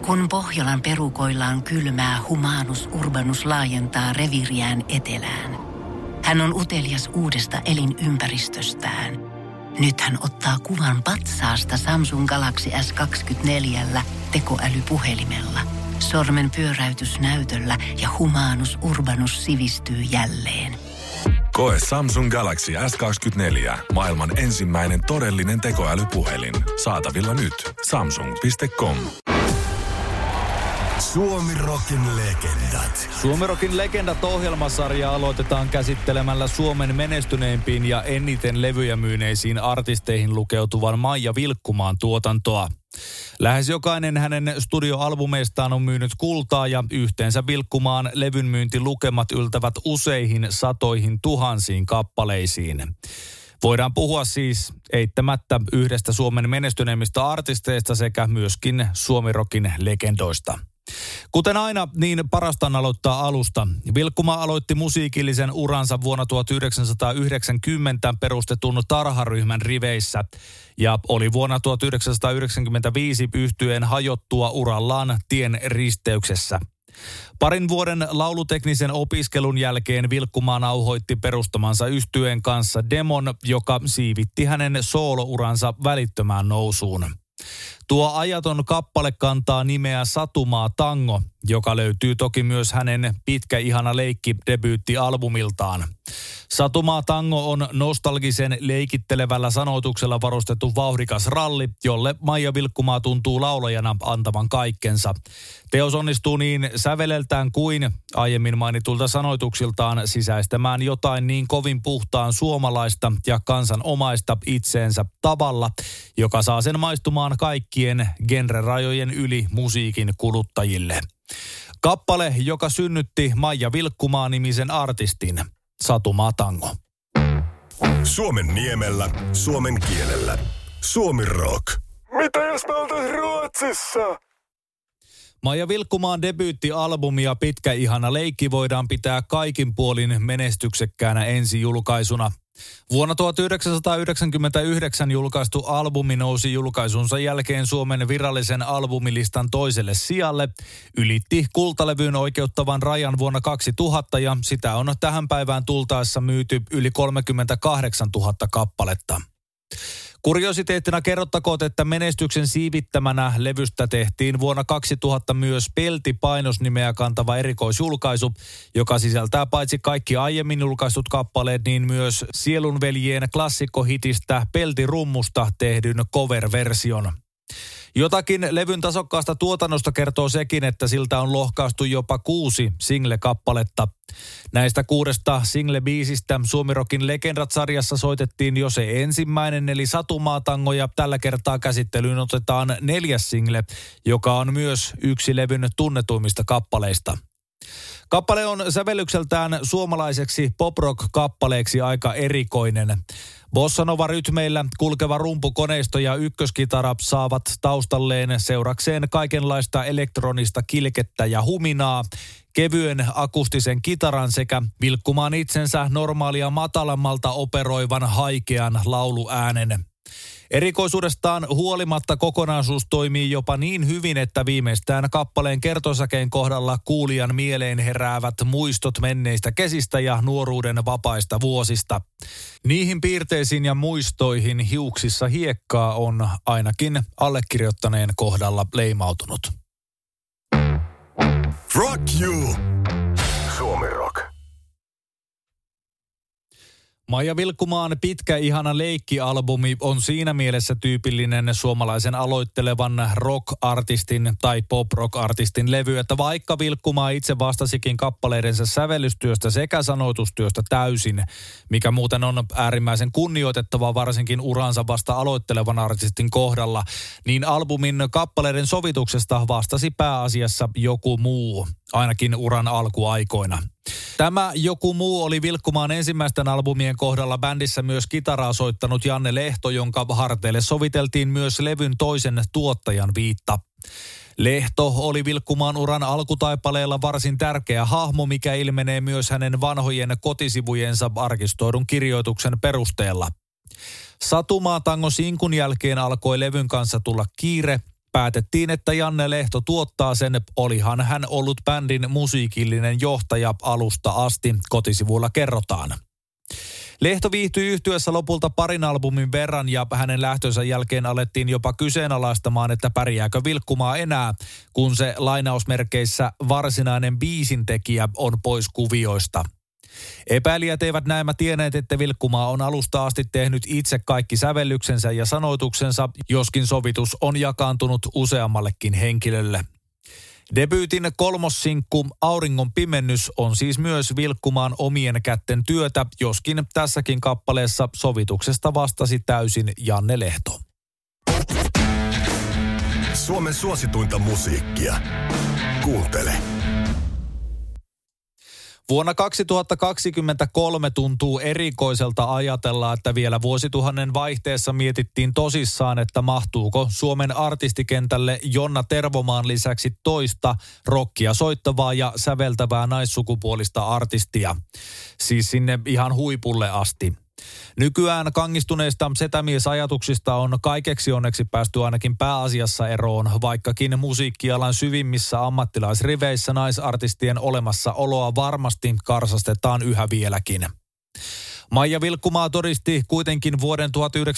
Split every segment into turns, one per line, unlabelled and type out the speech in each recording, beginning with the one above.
Kun Pohjolan perukoillaan kylmää, Humanus Urbanus laajentaa reviiriään etelään. Hän on utelias uudesta elinympäristöstään. Nyt hän ottaa kuvan patsaasta Samsung Galaxy S24 tekoälypuhelimella. Sormen pyöräytys näytöllä ja Humanus Urbanus sivistyy jälleen.
Koe Samsung Galaxy S24. Maailman ensimmäinen todellinen tekoälypuhelin. Saatavilla nyt. Samsung.com.
Suomi-rokin legendat.
Suomi-rokin legendat-ohjelmasarja aloitetaan käsittelemällä Suomen menestyneimpiin ja eniten levyjä myyneisiin artisteihin lukeutuvan Maija Vilkkumaan tuotantoa. Lähes jokainen hänen studioalbumeistaan on myynyt kultaa ja yhteensä Vilkkumaan levyn myyntilukemat yltävät useihin satoihin tuhansiin kappaleisiin. Voidaan puhua siis eittämättä yhdestä Suomen menestyneimmistä artisteista sekä myöskin Suomi-rokin legendoista. Kuten aina, niin parasta on aloittaa alusta. Vilkkumaa aloitti musiikillisen uransa vuonna 1990 perustetun Tarha-ryhmän riveissä ja oli vuonna 1995 yhtyeen hajottua urallaan tien risteyksessä. Parin vuoden lauluteknisen opiskelun jälkeen Vilkkumaa nauhoitti perustamansa yhtyeen kanssa demon, joka siivitti hänen soolouransa välittömään nousuun. Tuo ajaton kappale kantaa nimeä Satumaa Tango, joka löytyy toki myös hänen Pitkä ihana leikki -debyyttialbumiltaan. Satumaa Tango on nostalgisen leikittelevällä sanoituksella varustettu vauhdikas ralli, jolle Maija Vilkkumaa tuntuu laulajana antavan kaikkensa. Teos onnistuu niin säveleltään kuin aiemmin mainitulta sanoituksiltaan sisäistämään jotain niin kovin puhtaan suomalaista ja kansanomaista itseensä tavalla, joka saa sen maistumaan kaikkien genrerajojen yli musiikin kuluttajille. Kappale, joka synnytti Maija Vilkkumaa-nimisen artistin. Satumaa Tango.
Suomen niemellä, suomen kielellä. Suomi Rock.
Mitä jos me oltais Ruotsissa?
Maija Vilkkumaan debyyttialbumi ja Pitkä ihana leikki voidaan pitää kaikin puolin menestyksekkäänä ensijulkaisuna. Vuonna 1999 julkaistu albumi nousi julkaisunsa jälkeen Suomen virallisen albumilistan toiselle sijalle, ylitti kultalevyyn oikeuttavan rajan vuonna 2000 ja sitä on tähän päivään tultaessa myyty yli 38 000 kappaletta. Kuriositeettina kerrottakoon, että menestyksen siivittämänä levystä tehtiin vuonna 2000 myös Pelti-painosnimeä kantava erikoisjulkaisu, joka sisältää paitsi kaikki aiemmin julkaistut kappaleet, niin myös Sielunveljien klassikkohitistä Peltirummusta tehdyn cover-version. Jotakin levyn tasokkaasta tuotannosta kertoo sekin, että siltä on lohkaistu jopa 6 single-kappaletta. Näistä 6 single-biisistä Suomi-rokin legendat-sarjassa soitettiin jo se ensimmäinen, eli Satumaa Tango, ja tällä kertaa käsittelyyn otetaan 4. single, joka on myös yksi levyn tunnetuimmista kappaleista. Kappale on sävellykseltään suomalaiseksi pop-rock-kappaleeksi aika erikoinen. Bossanova-rytmeillä kulkeva rumpukoneisto ja ykköskitara saavat taustalleen seurakseen kaikenlaista elektronista kilkettä ja huminaa, kevyen akustisen kitaran sekä Vilkkumaan itsensä normaalia matalammalta operoivan haikean lauluäänen. Erikoisuudestaan huolimatta kokonaisuus toimii jopa niin hyvin, että viimeistään kappaleen kertosäkeen kohdalla kuulijan mieleen heräävät muistot menneistä kesistä ja nuoruuden vapaista vuosista. Niihin piirteisiin ja muistoihin hiuksissa hiekkaa on ainakin allekirjoittaneen kohdalla leimautunut.
Rock you! Suomi Rock.
Maija Vilkkumaan Pitkä ihana leikki-albumi on siinä mielessä tyypillinen suomalaisen aloittelevan rock-artistin tai pop-rock-artistin levy, että vaikka Vilkkumaa itse vastasikin kappaleidensa sävellystyöstä sekä sanoitustyöstä täysin, mikä muuten on äärimmäisen kunnioitettava varsinkin uransa vasta aloittelevan artistin kohdalla, niin albumin kappaleiden sovituksesta vastasi pääasiassa joku muu, ainakin uran alkuaikoina. Tämä joku muu oli Vilkkumaan ensimmäisten albumien kohdalla bändissä myös kitaraa soittanut Janne Lehto, jonka harteille soviteltiin myös levyn toisen tuottajan viitta. Lehto oli Vilkkumaan uran alkutaipaleella varsin tärkeä hahmo, mikä ilmenee myös hänen vanhojen kotisivujensa arkistoidun kirjoituksen perusteella. Satumaa Tango -sinkun jälkeen alkoi levyn kanssa tulla kiire. päätettiin, että Janne Lehto tuottaa sen. Olihan hän ollut bändin musiikillinen johtaja alusta asti, kotisivuilla kerrotaan. Lehto viihtyi yhtyessä lopulta parin albumin verran ja hänen lähtönsä jälkeen alettiin jopa kyseenalaistamaan, että pärjääkö Vilkkumaa enää, kun se lainausmerkeissä varsinainen biisintekijä on pois kuvioista. Epäilijät eivät näemmä tienneet, että Vilkkumaa on alusta asti tehnyt itse kaikki sävellyksensä ja sanoituksensa, joskin sovitus on jakaantunut useammallekin henkilölle. Debyytin kolmossinkku Auringon pimennys on siis myös Vilkkumaan omien kätten työtä, joskin tässäkin kappaleessa sovituksesta vastasi täysin Janne Lehto.
Suomen suosituinta musiikkia. Kuuntele.
Vuonna 2023 tuntuu erikoiselta ajatella, että vielä vuosituhannen vaihteessa mietittiin tosissaan, että mahtuuko Suomen artistikentälle Jonna Tervomaan lisäksi toista rockia soittavaa ja säveltävää naissukupuolista artistia. Siis sinne ihan huipulle asti. Nykyään kangistuneista setämiesajatuksista on kaikeksi onneksi päästy ainakin pääasiassa eroon, vaikkakin musiikkialan syvimmissä ammattilaisriveissä naisartistien olemassaoloa varmasti karsastetaan yhä vieläkin. Maija Vilkkumaa todisti kuitenkin vuoden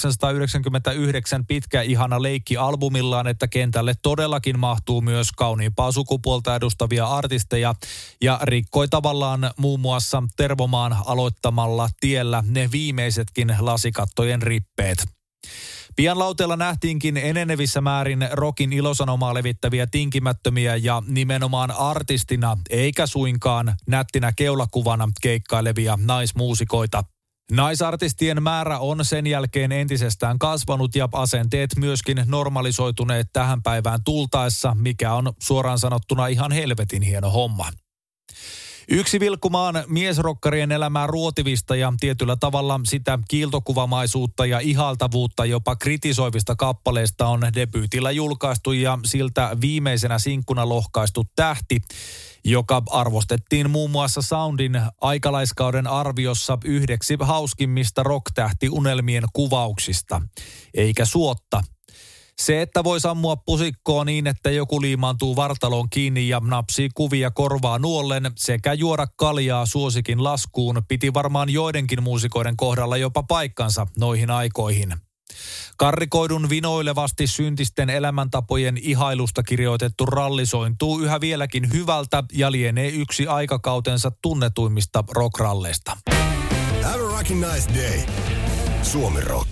1999 Pitkä ihana leikki -albumillaan, että kentälle todellakin mahtuu myös kauniimpaa sukupuolta edustavia artisteja ja rikkoi tavallaan muun muassa Tervomaan aloittamalla tiellä ne viimeisetkin lasikattojen rippeet. Pian lauteella nähtiinkin enenevissä määrin rockin ilosanomaa levittäviä tinkimättömiä ja nimenomaan artistina eikä suinkaan nättinä keulakuvana keikkailevia naismuusikoita. Naisartistien määrä on sen jälkeen entisestään kasvanut ja asenteet myöskin normalisoituneet tähän päivään tultaessa, mikä on suoraan sanottuna ihan helvetin hieno homma. Yksi Vilkkumaan miesrokkarien elämää ruotivista ja tietyllä tavalla sitä kiiltokuvamaisuutta ja ihaltavuutta jopa kritisoivista kappaleista on debyytillä julkaistu ja siltä viimeisenä sinkkuna lohkaistu Tähti, joka arvostettiin muun muassa Soundin aikalaiskauden arviossa yhdeksi hauskimmista rock-tähtiunelmien kuvauksista, eikä suotta. Se, että voi sammua pusikkoa niin, että joku liimaantuu vartaloon kiinni ja napsii kuvia korvaa nuollen sekä juoda kaljaa suosikin laskuun, piti varmaan joidenkin muusikoiden kohdalla jopa paikkansa noihin aikoihin. Karrikoidun vinoilevasti syntisten elämäntapojen ihailusta kirjoitettu ralli sointuu yhä vieläkin hyvältä ja lienee yksi aikakautensa tunnetuimmista rockralleista.
Have a rockin' nice day. Suomi Rock.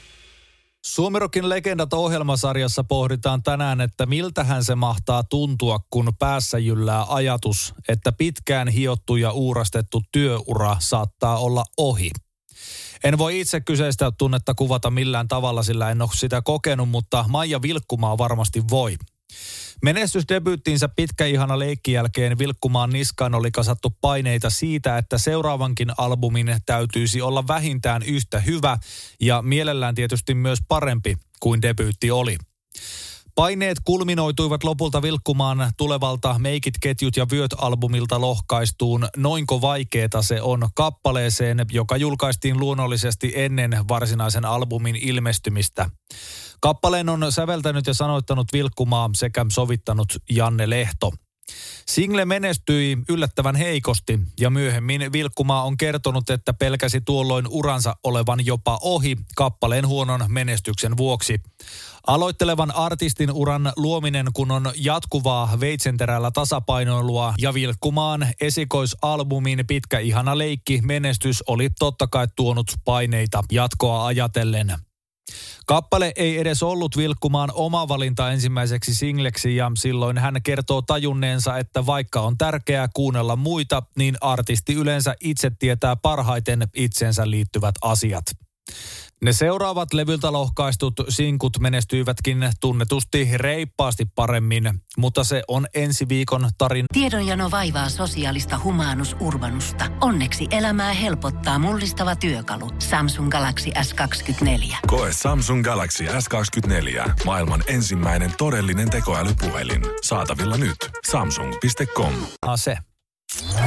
Suomi-Rockin legendat -ohjelmasarjassa pohditaan tänään, että miltähän se mahtaa tuntua, kun päässä jyllää ajatus, että pitkään hiottu ja uurastettu työura saattaa olla ohi. En voi itse kyseistä tunnetta kuvata millään tavalla, sillä en ole sitä kokenut, mutta Maija Vilkkumaa varmasti voi. Menestysdebyyttiinsä Pitkä ihana leikki jälkeen Vilkkumaan niskaan oli kasattu paineita siitä, että seuraavankin albumin täytyisi olla vähintään yhtä hyvä ja mielellään tietysti myös parempi kuin debyytti oli. Paineet kulminoituivat lopulta Vilkkumaan tulevalta Make It, Ketjut ja Vyöt-albumilta lohkaistuun Noinko vaikeeta se on -kappaleeseen, joka julkaistiin luonnollisesti ennen varsinaisen albumin ilmestymistä. Kappaleen on säveltänyt ja sanoittanut Vilkkumaa sekä sovittanut Janne Lehto. Single menestyi yllättävän heikosti ja myöhemmin Vilkkumaa on kertonut, että pelkäsi tuolloin uransa olevan jopa ohi kappaleen huonon menestyksen vuoksi. Aloittelevan artistin uran luominen, kun on jatkuvaa veitsenterällä tasapainoilua ja Vilkkumaan esikoisalbumin Pitkä ihana leikki -menestys oli totta kai tuonut paineita jatkoa ajatellen. Kappale ei edes ollut Vilkkumaan oma valinta ensimmäiseksi singleksi ja silloin hän kertoo tajunneensa, että vaikka on tärkeää kuunnella muita, niin artisti yleensä itse tietää parhaiten itseensä liittyvät asiat. Ne seuraavat levyltä lohkaistut sinkut menestyivätkin tunnetusti reippaasti paremmin, mutta se on ensi viikon tarina.
Tiedonjano vaivaa sosiaalista humanus-urbanusta. Onneksi elämää helpottaa mullistava työkalu. Samsung Galaxy S24.
Koe Samsung Galaxy S24. Maailman ensimmäinen todellinen tekoälypuhelin. Saatavilla nyt. Samsung.com.
Se.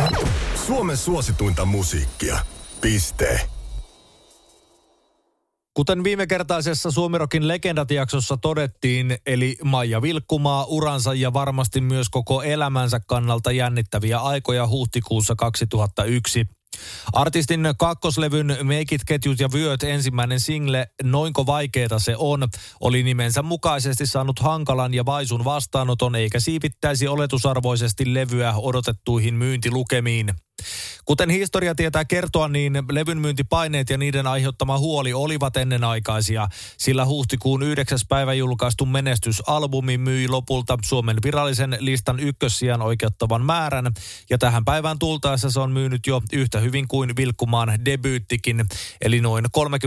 Suomen suosituinta musiikkia. Piste.
Kuten viimekertaisessa Suomi-Rockin Legendat-jaksossa todettiin, eli Maija Vilkkumaa uransa ja varmasti myös koko elämänsä kannalta jännittäviä aikoja huhtikuussa 2001. Artistin kakkoslevyn Make It, Ketjut ja Vyöt ensimmäinen single Noinko vaikeeta se on oli nimensä mukaisesti saanut hankalan ja vaisun vastaanoton eikä siivittäisi oletusarvoisesti levyä odotettuihin myyntilukemiin. Kuten historia tietää kertoa, niin levyn myyntipaineet ja niiden aiheuttama huoli olivat ennenaikaisia, sillä huhtikuun 9. päivä julkaistu menestysalbumi myi lopulta Suomen virallisen listan ykkössijan oikeuttavan määrän, ja tähän päivään tultaessa se on myynyt jo yhtä hyvin kuin Vilkkumaan debyyttikin, eli noin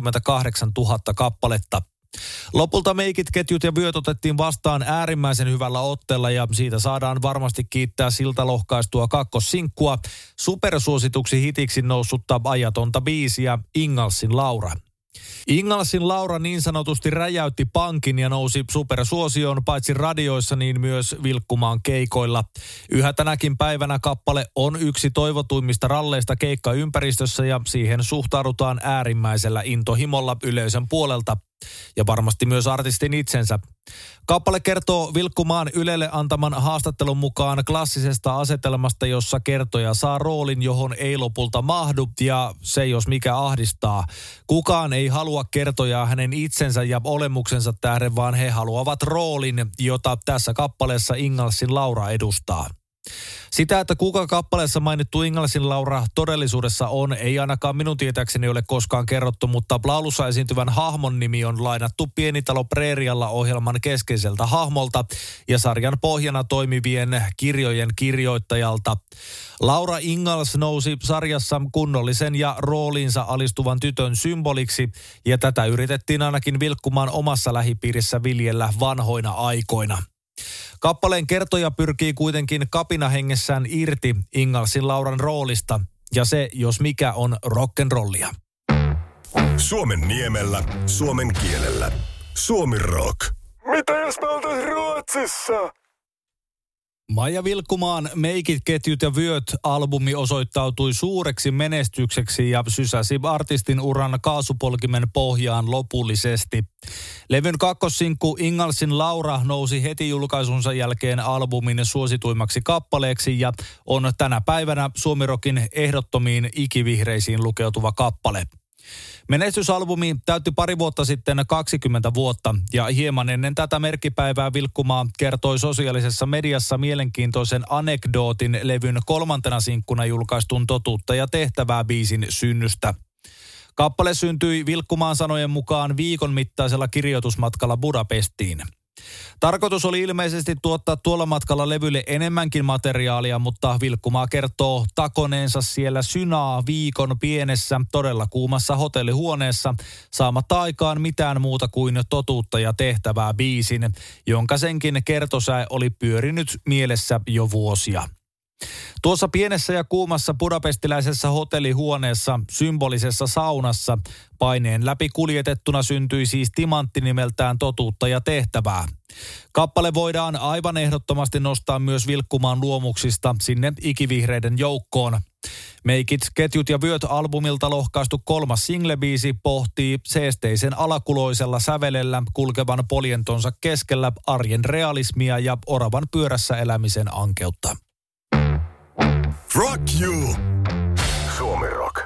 38 000 kappaletta. Lopulta Make It, Ketjut ja Vyöt otettiin vastaan äärimmäisen hyvällä otteella ja siitä saadaan varmasti kiittää siltä lohkaistua kakkossinkkua, supersuosituksi hitiksi noussutta ajatonta biisiä Ingalsin Laura. Ingalsin Laura niin sanotusti räjäytti pankin ja nousi supersuosioon paitsi radioissa niin myös Vilkkumaan keikoilla. Yhä tänäkin päivänä kappale on yksi toivotuimmista ralleista keikkaympäristössä ja siihen suhtaudutaan äärimmäisellä intohimolla yleisön puolelta. Ja varmasti myös artistin itsensä. Kappale kertoo Vilkkumaan Ylelle antaman haastattelun mukaan klassisesta asetelmasta, jossa kertoja saa roolin, johon ei lopulta mahdu, ja se jos mikä ahdistaa. Kukaan ei halua kertojaa hänen itsensä ja olemuksensa tähden, vaan he haluavat roolin, jota tässä kappaleessa Ingalsin Laura edustaa. Sitä, että kuka kappaleessa mainittu Ingalsin Laura todellisuudessa on, ei ainakaan minun tietääkseni ole koskaan kerrottu, mutta laulussa esiintyvän hahmon nimi on lainattu Pienitalo Preerialla -ohjelman keskeiseltä hahmolta ja sarjan pohjana toimivien kirjojen kirjoittajalta. Laura Ingalls nousi sarjassa kunnollisen ja rooliinsa alistuvan tytön symboliksi, ja tätä yritettiin ainakin Vilkkumaan omassa lähipiirissä viljellä vanhoina aikoina. Kappaleen kertoja pyrkii kuitenkin kapinahengessään irti Ingalsin Lauran roolista, ja se, jos mikä, on rock'n'rollia.
Suomen niemellä, suomen kielellä. Suomi Rock.
Mitä jos me oltais Ruotsissa?
Maija Vilkkumaan Make It, Ketjut ja Vyöt -albumi osoittautui suureksi menestykseksi ja sysäsi artistin uran kaasupolkimen pohjaan lopullisesti. Levyn kakkossinkku Ingalsin Laura nousi heti julkaisunsa jälkeen albumin suosituimmaksi kappaleeksi ja on tänä päivänä Suomi-Rockin ehdottomiin ikivihreisiin lukeutuva kappale. Menestysalbumi täytti pari vuotta sitten 20 vuotta ja hieman ennen tätä merkkipäivää Vilkkumaa kertoi sosiaalisessa mediassa mielenkiintoisen anekdootin levyn kolmantena sinkkuna julkaistun Totuutta ja tehtävää -biisin synnystä. Kappale syntyi Vilkkumaan sanojen mukaan viikon mittaisella kirjoitusmatkalla Budapestiin. Tarkoitus oli ilmeisesti tuottaa tuolla matkalla levylle enemmänkin materiaalia, mutta Vilkkumaa kertoo takoneensa siellä synaa viikon pienessä, todella kuumassa hotellihuoneessa, saamatta aikaan mitään muuta kuin Totuutta ja tehtävää -biisin, jonka senkin kertosää oli pyörinyt mielessä jo vuosia. Tuossa pienessä ja kuumassa budapestiläisessä hotellihuoneessa, symbolisessa saunassa, paineen läpi kuljetettuna syntyi siis timantti nimeltään Totuutta ja tehtävää. Kappale voidaan aivan ehdottomasti nostaa myös Vilkkumaan luomuksista sinne ikivihreiden joukkoon. Make It, Ketjut ja Vyöt -albumilta lohkaistu kolmas single-biisi pohtii seesteisen alakuloisella sävelellä kulkevan poljentonsa keskellä arjen realismia ja oravan pyörässä elämisen ankeutta.
Rock you! Suomi Rock.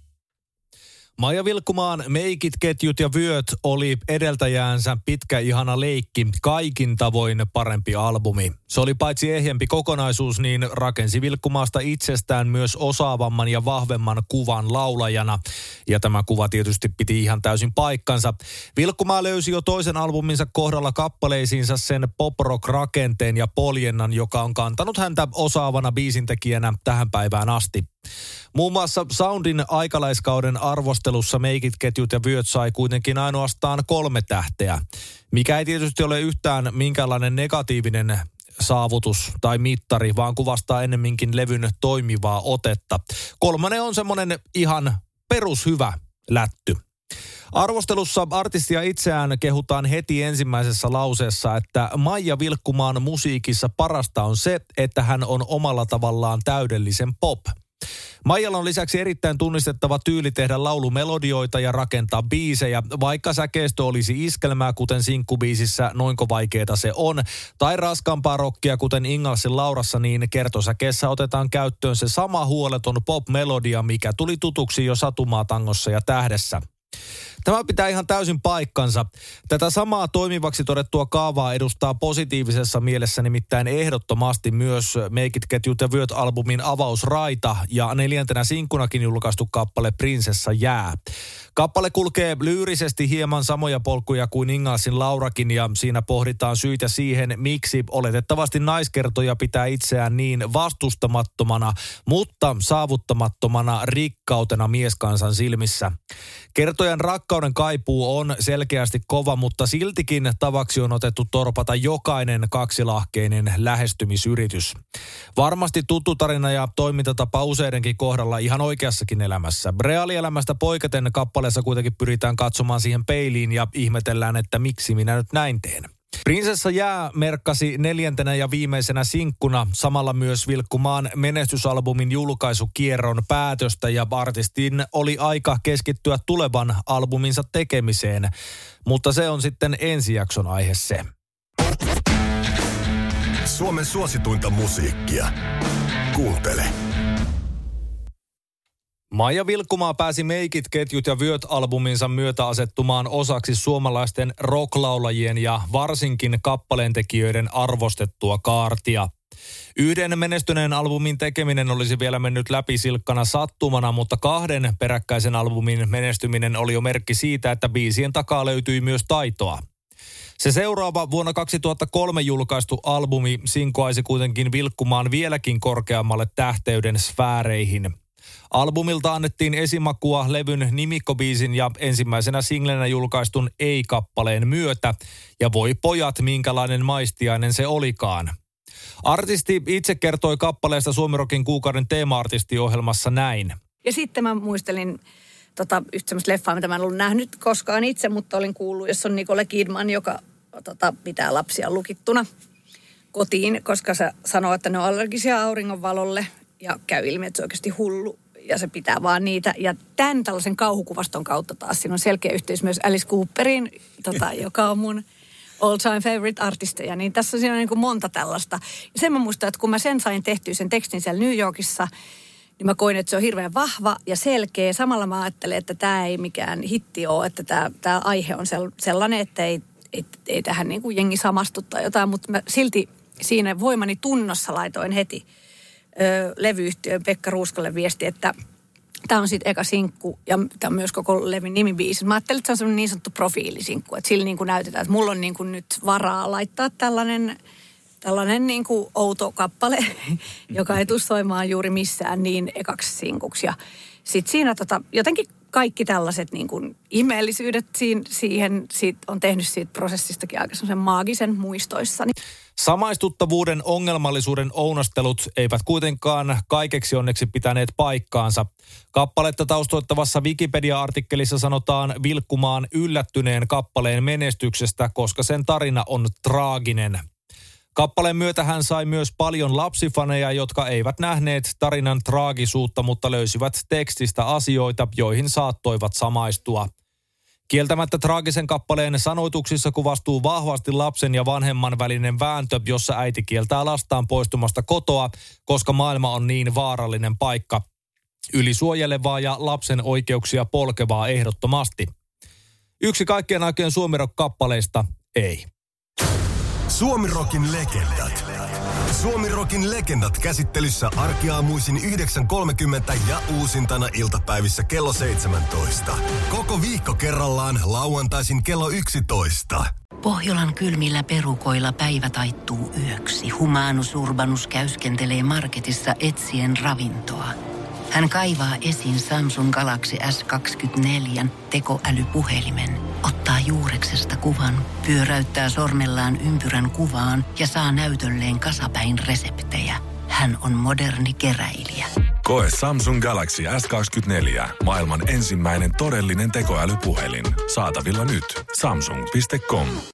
Maija Vilkkumaan Make It, Ketjut ja Vyöt oli edeltäjäänsä Pitkä ihana leikki, kaikin tavoin parempi albumi. Se oli paitsi ehjempi kokonaisuus, niin rakensi Vilkkumaasta itsestään myös osaavamman ja vahvemman kuvan laulajana. Ja tämä kuva tietysti piti ihan täysin paikkansa. Vilkkumaa löysi jo toisen albuminsa kohdalla kappaleisiinsa sen pop-rock-rakenteen ja poljennan, joka on kantanut häntä osaavana biisintekijänä tähän päivään asti. Muun muassa Soundin aikalaiskauden arvostelussa Make It, Ketjut ja Vyöt sai kuitenkin ainoastaan 3 tähteä, mikä ei tietysti ole yhtään minkäänlainen negatiivinen saavutus tai mittari, vaan kuvastaa ennemminkin levyn toimivaa otetta. 3 on semmoinen ihan perushyvä lätty. Arvostelussa artistia itseään kehutaan heti ensimmäisessä lauseessa, että Maija Vilkkumaan musiikissa parasta on se, että hän on omalla tavallaan täydellisen pop. Maijalla on lisäksi erittäin tunnistettava tyyli tehdä laulumelodioita ja rakentaa biisejä, vaikka säkeistö olisi iskelmää, kuten sinkkubiisissä Noinko vaikeeta se on, tai raskaampaa rockia, kuten Ingalsin Laurassa, niin kertosäkeessä otetaan käyttöön se sama huoleton pop-melodia, mikä tuli tutuksi jo Satumaatangossa ja Tähdessä. Tämä pitää ihan täysin paikkansa. Tätä samaa toimivaksi todettua kaavaa edustaa positiivisessa mielessä nimittäin ehdottomasti myös Make It-ketjut ja Vyöt-albumin avausraita ja 4. sinkkunakin julkaistu kappale Prinsessa jää. Kappale kulkee lyyrisesti hieman samoja polkuja kuin Ingalsin Laurakin ja siinä pohditaan syitä siihen, miksi oletettavasti naiskertoja pitää itseään niin vastustamattomana, mutta saavuttamattomana rikkautena mieskansan silmissä. Kertojan rakkauden kaipuu on selkeästi kova, mutta siltikin tavaksi on otettu torpata jokainen kaksilahkeinen lähestymisyritys. Varmasti tuttu tarina ja toimintatapa useidenkin kohdalla ihan oikeassakin elämässä. Reaalielämästä poiketen kappaleessa kuitenkin pyritään katsomaan siihen peiliin ja ihmetellään, että miksi minä nyt näin teen. Prinsessa jää merkkasi 4. ja viimeisenä sinkkuna samalla myös Vilkkumaan menestysalbumin julkaisukierron päätöstä ja artistin oli aika keskittyä tulevan albuminsa tekemiseen, mutta se on sitten ensi jakson aihe se.
Suomen suosituinta musiikkia. Kuuntele.
Maija Vilkkumaa pääsi Make It-ketjut ja Vyöt-albuminsa myötä asettumaan osaksi suomalaisten rocklaulajien ja varsinkin kappaleentekijöiden arvostettua kaartia. Yhden menestyneen albumin tekeminen olisi vielä mennyt läpi silkkana sattumana, mutta 2 peräkkäisen albumin menestyminen oli jo merkki siitä, että biisien takaa löytyi myös taitoa. Se seuraava vuonna 2003 julkaistu albumi sinkoaisi kuitenkin Vilkkumaan vieläkin korkeammalle tähteyden sfääreihin. Albumilta annettiin esimakua levyn nimikkobiisin ja ensimmäisenä singlenä julkaistun Ei-kappaleen myötä. Ja voi pojat, minkälainen maistiainen se olikaan. Artisti itse kertoi kappaleesta Suomi Rockin kuukauden teema-artistiohjelmassa näin.
Ja sitten mä muistelin yhtä semmoista leffaa, mitä mä en ollut nähnyt koskaan itse, mutta olin kuullut, jossa on Nicole Kidman, joka pitää lapsia lukittuna kotiin, koska se sanoo, että ne on allergisia auringonvalolle ja käy ilmi, että se on oikeasti hullu ja se pitää vaan niitä. Ja tämän tällaisen kauhukuvaston kautta taas siinä on selkeä yhteys myös Alice Cooperiin, joka on mun all time favorite artisteja, niin tässä on siinä niin kuin monta tällaista. Ja sen mä muistan, että kun mä sen sain tehtyä sen tekstin siellä New Yorkissa, niin mä koin, että se on hirveän vahva ja selkeä. Samalla mä ajattelen, että tämä ei mikään hitti ole, että tämä aihe on sellainen, että ei tähän niin kuin jengi samastu tai jotain, mutta mä silti siinä voimani tunnossa laitoin heti levyyhtiön Pekka Ruuskalle viesti, että tämä on sitten eka sinkku ja tämä on myös koko levyn nimibiisi. Mä ajattelin, että se on semmoinen niin sanottu profiilisinkku, että sillä niin kuin näytetään, että mulla on niin kuin nyt varaa laittaa tällainen niin kuin outo kappale, joka ei tule soimaan juuri missään niin ekaksi sinkuksi. Ja sitten siinä jotenkin kaikki tällaiset niin kuin ihmeellisyydet siihen on tehnyt siitä prosessistakin aika semmoisen maagisen muistoissani.
Samaistuttavuuden ongelmallisuuden ounastelut eivät kuitenkaan kaikeksi onneksi pitäneet paikkaansa. Kappaletta taustoittavassa Wikipedia-artikkelissa sanotaan Vilkkumaan yllättyneen kappaleen menestyksestä, koska sen tarina on traaginen. Kappaleen myötä hän sai myös paljon lapsifaneja, jotka eivät nähneet tarinan traagisuutta, mutta löysivät tekstistä asioita, joihin saattoivat samaistua. Kieltämättä traagisen kappaleen sanoituksissa kuvastuu vahvasti lapsen ja vanhemman välinen vääntö, jossa äiti kieltää lastaan poistumasta kotoa, koska maailma on niin vaarallinen paikka. Ylisuojelevaa ja lapsen oikeuksia polkevaa ehdottomasti. Yksi kaikkien aikojen Suomi Rock-kappaleista ei.
Suomi Rockin legendat. Suomi Rockin legendat käsittelyssä arkiaamuisin 9.30 ja uusintana iltapäivissä kello 17. Koko viikko kerrallaan lauantaisin kello 11.
Pohjolan kylmillä perukoilla päivä taittuu yöksi. Humanus Urbanus käyskentelee marketissa etsien ravintoa. Hän kaivaa esiin Samsung Galaxy S24 tekoälypuhelimen, ottaa juureksesta kuvan, pyöräyttää sormellaan ympyrän kuvaan ja saa näytölleen kasapäin reseptejä. Hän on moderni keräilijä.
Koe Samsung Galaxy S24. Maailman ensimmäinen todellinen tekoälypuhelin. Saatavilla nyt. Samsung.com.